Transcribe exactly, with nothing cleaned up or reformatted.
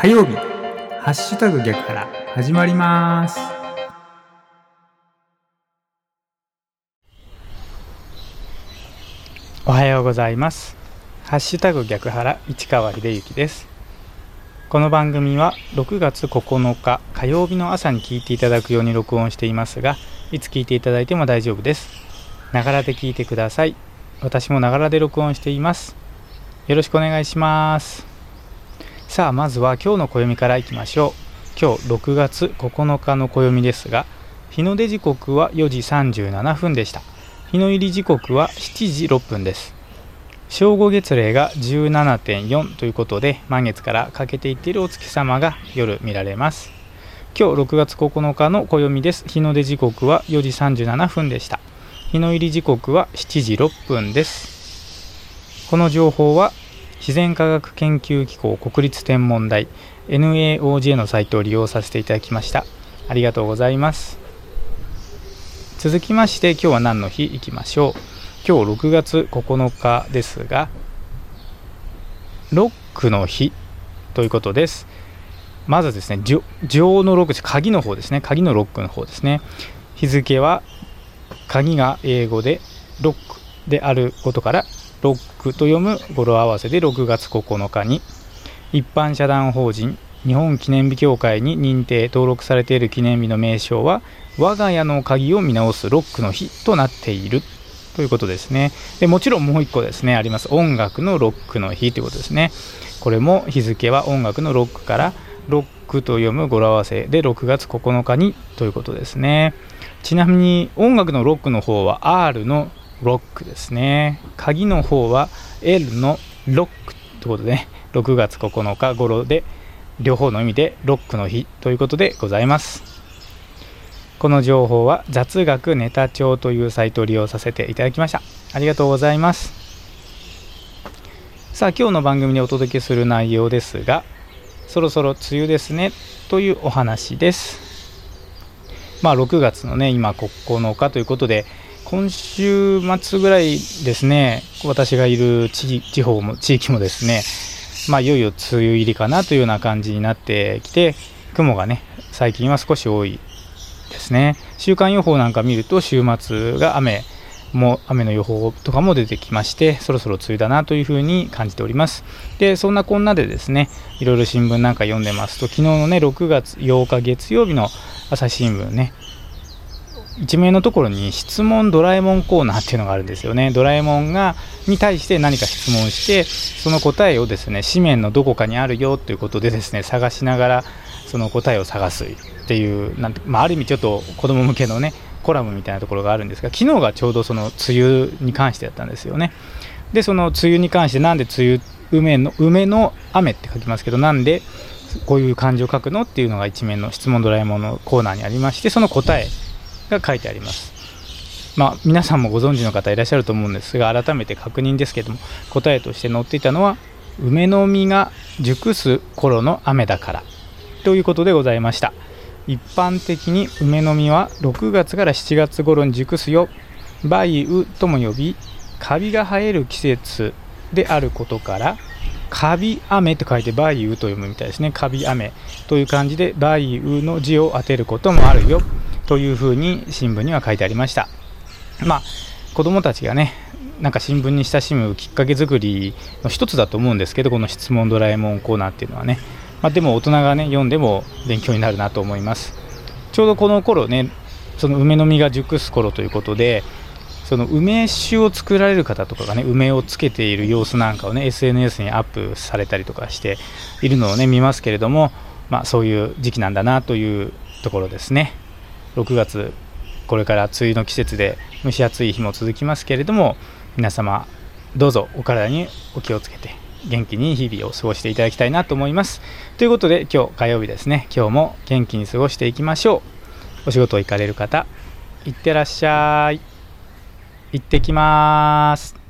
火曜日ハッシュタグ逆腹始まります。おはようございます。ハッシュタグ逆腹市川秀幸です。この番組はろくがつここのか火曜日の朝に聞いていただくように録音していますが、いつ聞いていただいても大丈夫です。ながらで聞いてください。私もながらで録音しています。よろしくお願いします。さあ、まずは今日の暦からいきましょう。今日ろくがつここのかの暦ですが、日の出時刻はよじさんじゅうななふんでした。日の入り時刻はしちじろっぷんです。正午月齢が じゅうななてんよん ということで、満月から欠けていっているお月様が夜見られます。今日ろくがつここのかの暦です。日の出時刻はよじさんじゅうななふんでした。日の入り時刻はしちじろっぷんです。この情報は自然科学研究機構国立天文台 エヌエーオージェー のサイトを利用させていただきました。ありがとうございます。続きまして今日は何の日いきましょう。今日ろくがつここのかですが、ロックの日ということです。まずですね、錠のロック、鍵の方ですね、鍵のロックの方ですね。日付は鍵が英語でロックであることからロックと読む語呂合わせでろくがつここのかに、一般社団法人日本記念日協会に認定登録されている記念日の名称は我が家の鍵を見直すロックの日となっているということですね。でもちろんもう一個ですねあります。音楽のロックの日ということですね。これも日付は音楽のロックからロックと読む語呂合わせでろくがつここのかにということですね。ちなみに音楽のロックの方は R のロックですね。鍵の方は L のロックということで、ね、ろくがつここのか頃で両方の意味でロックの日ということでございます。この情報は雑学ネタ帳というサイトを利用させていただきました。ありがとうございます。さあ、今日の番組でお届けする内容ですが、そろそろ梅雨ですねというお話です。まあろくがつのね今ここのかということで、今週末ぐらいですね、私がいる 地, 地方も地域もですね、まあいよいよ梅雨入りかなというような感じになってきて、雲がね最近は少し多いですね。週間予報なんか見ると週末が雨も雨の予報とかも出てきまして、そろそろ梅雨だなというふうに感じております。でそんなこんなでですね、いろいろ新聞なんか読んでますと、昨日のねろくがつようか月曜日の朝日新聞ね、一面のところに質問ドラえもんコーナーっていうのがあるんですよね。ドラえもんがに対して何か質問して、その答えをですね紙面のどこかにあるよということでですね探しながらその答えを探すっていうなんて、まあ、ある意味ちょっと子供向けのねコラムみたいなところがあるんですが、昨日がちょうどその梅雨に関してだったんですよね。でその梅雨に関して、なんで梅雨梅の梅の雨って書きますけど、なんでこういう漢字を書くのっていうのが一面の質問ドラえもんのコーナーにありまして、その答えが書いてあります。まあ皆さんもご存知の方いらっしゃると思うんですが、改めて確認ですけども、答えとして載っていたのは梅の実が熟す頃の雨だからということでございました。一般的に梅の実はろくがつからしちがつ頃に熟すよ、梅雨とも呼び、カビが生える季節であることからカビ雨と書いて梅雨と読むみたいですね。カビ雨という感じで梅雨の字を当てることもあるよというふうに新聞には書いてありました。まあ子どもたちがねなんか新聞に親しむきっかけ作りの一つだと思うんですけど、この質問ドラえもんコーナーっていうのはね、まあ、でも大人がね読んでも勉強になるなと思います。ちょうどこの頃ね、その梅の実が熟す頃ということで、その梅酒を作られる方とかがね梅をつけている様子なんかをね エスエヌエス にアップされたりとかしているのをね見ますけれども、まあそういう時期なんだなというところですね。ろくがつ、これから梅雨の季節で蒸し暑い日も続きますけれども、皆様どうぞお体にお気をつけて元気に日々を過ごしていただきたいなと思います。ということで今日火曜日ですね、今日も元気に過ごしていきましょう。お仕事行かれる方いってらっしゃい。行ってきます。